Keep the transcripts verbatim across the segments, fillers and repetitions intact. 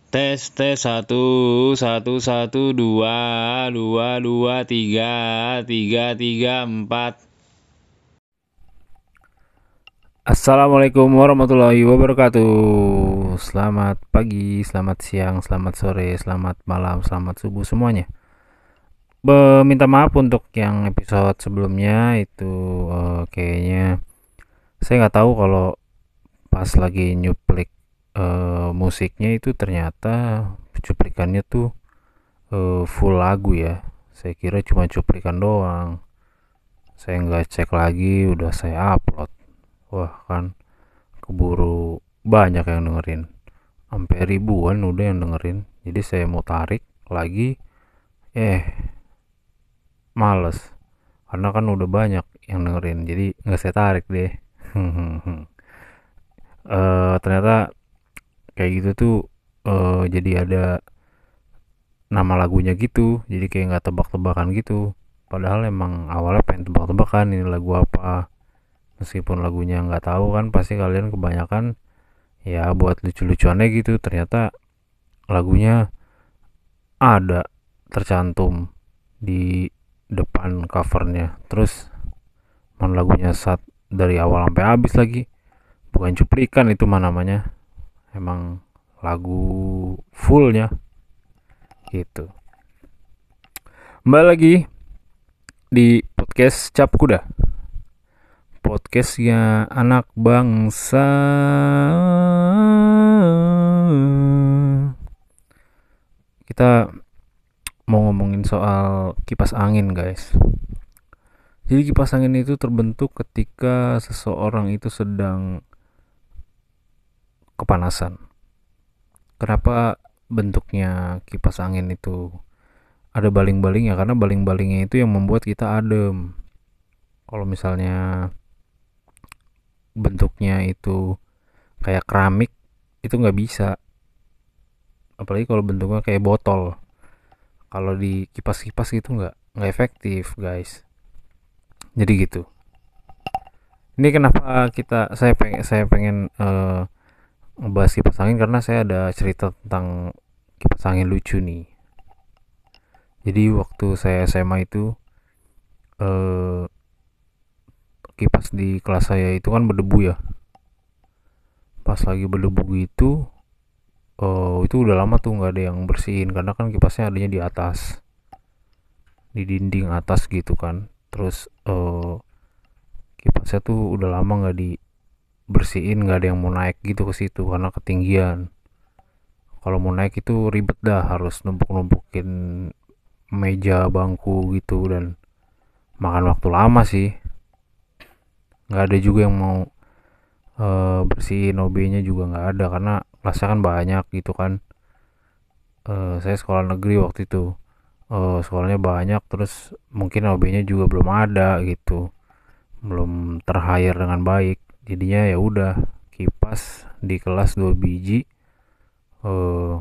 Tes tes satu satu satu dua dua dua tiga tiga tiga empat. Assalamualaikum warahmatullahi wabarakatuh. Selamat pagi, selamat siang, selamat sore, selamat malam, selamat subuh semuanya. Be- minta maaf untuk yang episode sebelumnya itu eh, kayaknya saya nggak tahu kalau pas lagi nyuplik eh, musiknya itu ternyata cuplikannya tuh eh, full lagu ya. Saya kira cuma cuplikan doang. Saya nggak cek lagi, udah saya upload. Wah kan keburu banyak yang dengerin. Sampai ribuan udah yang dengerin, jadi saya mau tarik lagi, eh males karena kan udah banyak yang dengerin, jadi nggak saya tarik deh. Eh, ternyata kayak gitu tuh, eh, jadi ada nama lagunya gitu, jadi kayak nggak tebak-tebakan gitu, padahal emang awalnya pengen tebak-tebakan ini lagu apa. Meskipun lagunya nggak tahu kan pasti kalian kebanyakan ya buat lucu-lucuannya gitu, ternyata lagunya ada tercantum di depan covernya. Terus man lagunya saat dari awal sampai habis lagi, bukan cuplikan itu mah namanya, emang lagu fullnya gitu. Kembali lagi di podcast Cap Kuda, podcastnya anak bangsa. Kita mau ngomongin soal kipas angin guys. Jadi kipas angin itu terbentuk ketika seseorang itu sedang kepanasan. Kenapa bentuknya kipas angin itu ada baling-balingnya? Karena baling-balingnya itu yang membuat kita adem. Kalau misalnya bentuknya itu kayak keramik, itu nggak bisa. Apalagi kalau bentuknya kayak botol. Kalau di kipas-kipas gitu nggak nggak efektif guys. Jadi gitu. Ini kenapa kita saya pengen saya pengen uh, ngebahas kipas angin karena saya ada cerita tentang kipas angin lucu nih. Jadi waktu saya S M A itu eh, kipas di kelas saya itu kan berdebu ya. Pas lagi berdebu itu, eh, itu udah lama tuh nggak ada yang bersihin karena kan kipasnya adanya di atas, di dinding atas gitu kan. Terus eh, kipasnya tuh udah lama nggak dibersihin, nggak ada yang mau naik gitu ke situ karena ketinggian. Kalau mau naik itu ribet dah, harus numpuk-numpukin meja, bangku gitu dan makan waktu lama sih. Nggak ada juga yang mau eh, bersihin O B-nya juga nggak ada karena kelasnya kan banyak gitu kan. Eh, saya sekolah negeri waktu itu. Eh, sekolahnya banyak terus mungkin O B-nya juga belum ada gitu, belum ter-hire dengan baik, jadinya ya udah kipas di kelas dua biji. eh,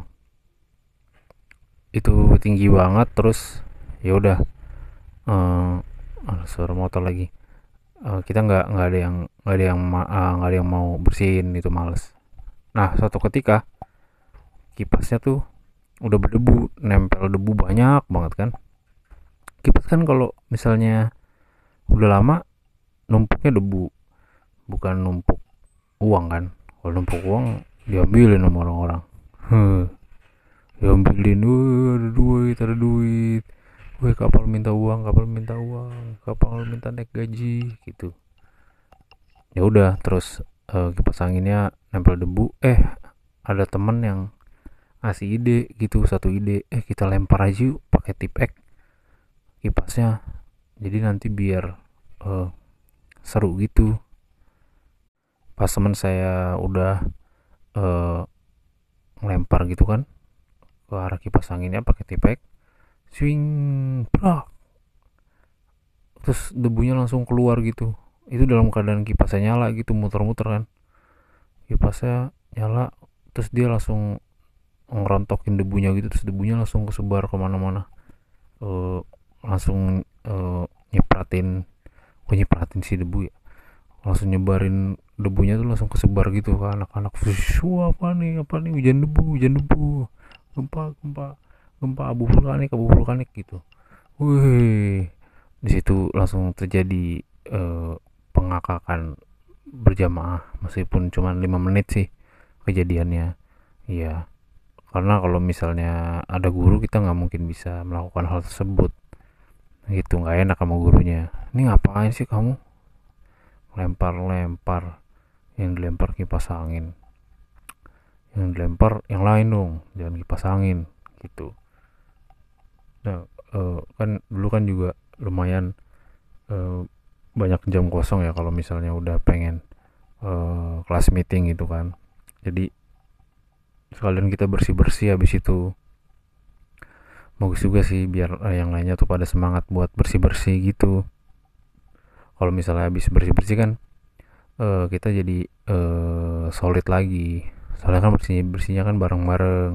itu tinggi banget terus ya udah. eh, ah, suara motor lagi. Eh, kita nggak nggak ada yang nggak ada yang ma- ah, nggak ada yang mau bersihin, itu males. Nah suatu ketika kipasnya tuh udah berdebu, nempel debu banyak banget kan. Kipas kan kalau misalnya udah lama numpuknya debu, bukan numpuk uang kan. Kalau numpuk uang diambilin sama orang-orang. Huh, diambilin, wah ada duit, ada duit. Wih kapal minta uang, kapal minta uang, kapal minta naik gaji gitu. Ya udah terus eh, kipas anginnya nempel debu. Eh ada temen yang ngasih ide gitu, satu ide, eh kita lempar aja yuk pakai tip X kipasnya, jadi nanti biar eh, seru gitu. Pas teman saya udah eh, ngelempar gitu kan ke arah kipas anginnya pakai tipek, swing, brak, terus debunya langsung keluar gitu. Itu dalam keadaan kipasnya nyala gitu, muter-muter kan, kipasnya nyala, terus dia langsung ngerontokin debunya gitu, terus debunya langsung kesebar kemana-mana. Eh, langsung eh, nyepratin, kok nyepratin si debu ya, langsung nyebarin debunya tuh langsung kesebar gitu ke anak-anak. Wah apa nih, apa nih, hujan debu, hujan debu. gempa gempa gempa abu vulkanik abu vulkanik gitu. Wih, di situ langsung terjadi eh, pengakakan berjamaah meskipun cuma lima menit sih kejadiannya. Iya, karena kalau misalnya ada guru kita nggak mungkin bisa melakukan hal tersebut gitu, nggak enak sama gurunya. Ini ngapain sih kamu lempar-lempar, yang dilempar kipas angin, yang dilempar yang lain dong, jangan kipas angin gitu. Nah, eh, kan dulu kan juga lumayan eh, banyak jam kosong ya kalau misalnya udah pengen eh, kelas meeting gitu kan. Jadi sekalian kita bersih-bersih habis itu. Bagus juga sih biar eh, yang lainnya tuh pada semangat buat bersih-bersih gitu. Kalau misalnya habis bersih-bersih kan eh, kita jadi eh, solid lagi. Soalnya kan bersihnya bersihnya kan bareng-bareng.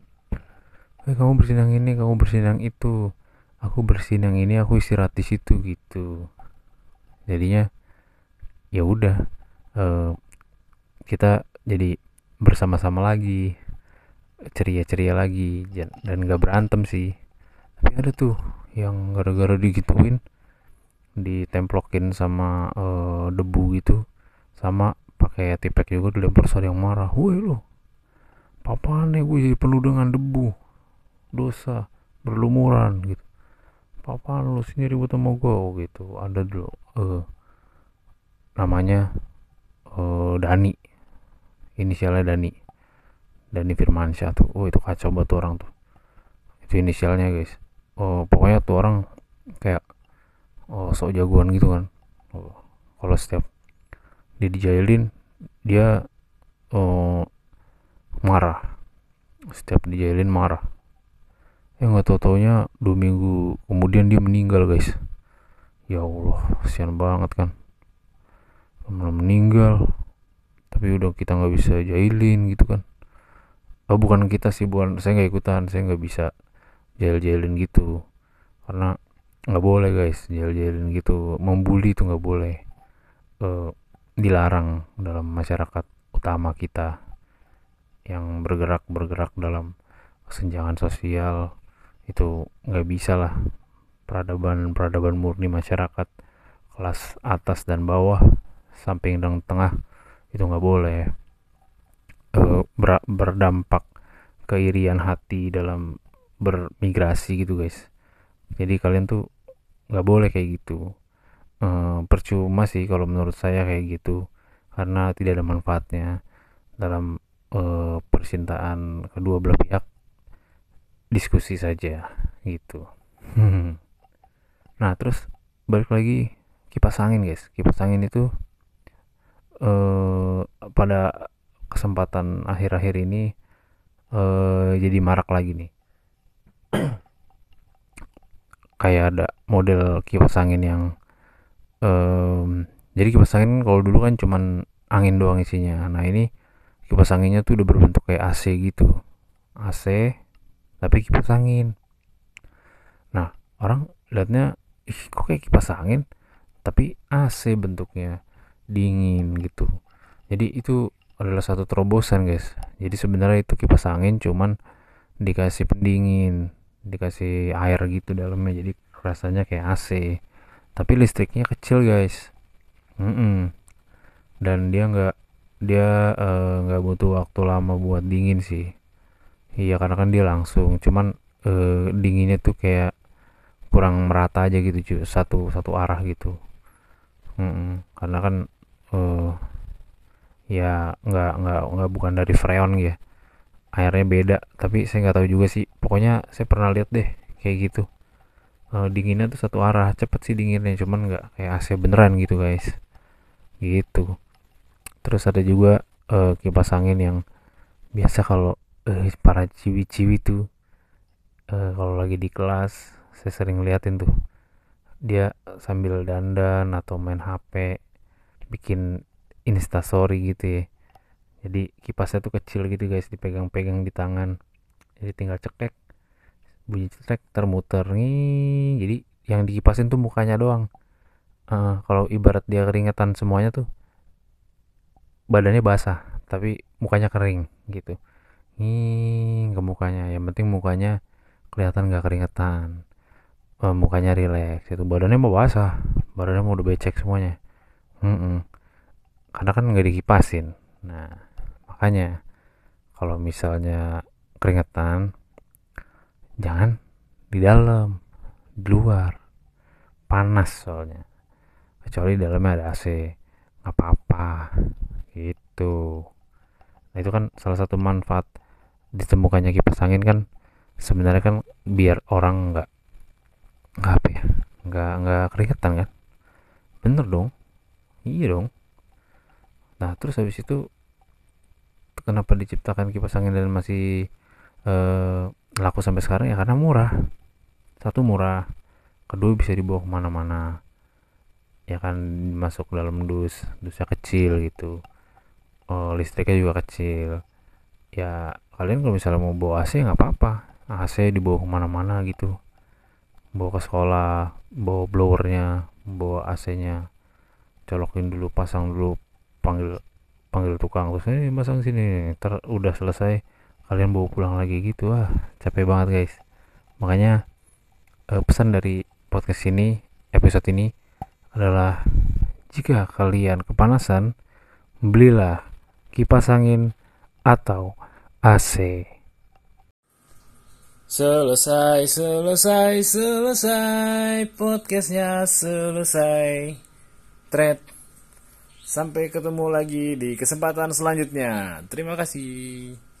Eh kamu bersihin yang ini, kamu bersihin yang itu. Aku bersihin yang ini, aku istirahat di situ gitu. Jadinya ya udah eh, kita jadi bersama-sama lagi, ceria-ceria lagi dan gak berantem sih. Tapi ada tuh yang gara-gara digituin ditemplokin sama eh, debu gitu, sama pakai tipek juga dilempar, ada yang marah, woi lo papaan nih gue jadi penuh dengan debu, dosa berlumuran gitu, papaan lo sini ribut sama gue. Oh gitu, ada dulu eh, namanya eh, Dani, inisialnya Dani Dani Firmansyah tuh. Oh itu kacau banget tuh orang tuh, itu inisialnya guys. Oh pokoknya tuh orang kayak oh sok jagoan gitu kan. Oh, kalau setiap dia dijailin dia oh, marah, setiap dijailin marah. Ya nggak tau taunya dua minggu kemudian dia meninggal guys. Ya Allah, kasihan banget kan, malah meninggal. Tapi udah kita nggak bisa jailin gitu kan. Oh bukan kita sih, bukan, saya nggak ikutan, saya nggak bisa jail-jailin gitu karena nggak boleh guys, jail-jailin gitu, membuli itu nggak boleh. Eh, dilarang dalam masyarakat utama kita yang bergerak bergerak dalam kesenjangan sosial. Itu nggak bisa lah, peradaban peradaban murni masyarakat kelas atas dan bawah samping dan tengah itu nggak boleh eh, ber- berdampak keirian hati dalam bermigrasi gitu guys. Jadi kalian tuh nggak boleh kayak gitu. Eh, percuma sih kalau menurut saya kayak gitu, karena tidak ada manfaatnya dalam eh, percintaan kedua belah pihak. Diskusi saja gitu. Nah terus balik lagi kipas angin guys. Kipas angin itu eh, pada kesempatan akhir-akhir ini eh, jadi marak lagi nih. Kayak ada model kipas angin yang em, jadi kipas angin kalau dulu kan cuman angin doang isinya. Nah ini kipas anginnya tuh udah berbentuk kayak A C gitu. A C tapi kipas angin. Nah orang liatnya, ih kok kayak kipas angin tapi A C bentuknya, dingin gitu. Jadi itu adalah satu terobosan guys. Jadi sebenarnya itu kipas angin cuman dikasih pendingin, dikasih air gitu dalamnya, jadi rasanya kayak A C tapi listriknya kecil guys. Mm-mm. Dan dia nggak dia eh, nggak uh, butuh waktu lama buat dingin sih. Iya karena kan dia langsung, cuman uh, dinginnya tuh kayak kurang merata aja gitu cuy, satu satu arah gitu. Mm-mm. Karena kan uh, ya nggak nggak nggak bukan dari freon ya, airnya beda. Tapi saya nggak tahu juga sih, pokoknya saya pernah lihat deh kayak gitu. Uh, dinginnya tuh satu arah, cepet sih dinginnya, cuman nggak kayak A C beneran gitu guys gitu. Terus ada juga uh, kipas angin yang biasa kalau uh, para ciwi-ciwi tuh uh, kalau lagi di kelas saya sering liatin tuh, dia sambil dandan atau main H P bikin instastory gitu ya. Jadi kipasnya tuh kecil gitu guys, dipegang-pegang di tangan, jadi tinggal cetek, bunyi cetek termuter nih. Jadi yang dikipasin tuh mukanya doang. Uh, kalau ibarat dia keringetan semuanya tuh, badannya basah tapi mukanya kering gitu. nging ke mukanya. Yang penting mukanya kelihatan gak keringetan, eh, mukanya rileks. Itu badannya mau basah, badannya mau udah becek semuanya. Mm-mm. Karena kan nggak dikipasin. Nah, makanya kalau misalnya keringetan, jangan di dalam, di luar. Panas soalnya. Kecuali di dalamnya ada A C, nggak apa-apa gitu. Nah itu kan salah satu manfaat ditemukannya kipas angin kan, sebenarnya kan biar orang nggak nggak apa ya, nggak nggak keringetan kan. Bener dong, iya dong. Nah terus habis itu kenapa diciptakan kipas angin dan masih eh, laku sampai sekarang, ya karena murah. Satu murah, kedua bisa dibawa kemana-mana, ya kan, masuk dalam dus, dusnya kecil gitu. Oh, listriknya juga kecil. Ya kalian kalau misalnya mau bawa A C nggak apa-apa, A C dibawa kemana-mana gitu, bawa ke sekolah, bawa blowernya, bawa A C-nya, colokin dulu, pasang dulu, panggil panggil tukang, terus ini pasang sini, ter udah selesai kalian bawa pulang lagi gitu. Ah capek banget guys. Makanya eh, pesan dari podcast ini, episode ini adalah, jika kalian kepanasan, belilah kipas angin atau A C. Selesai, selesai, selesai. Podcastnya selesai. Thread. Sampai ketemu lagi di kesempatan selanjutnya. Terima kasih.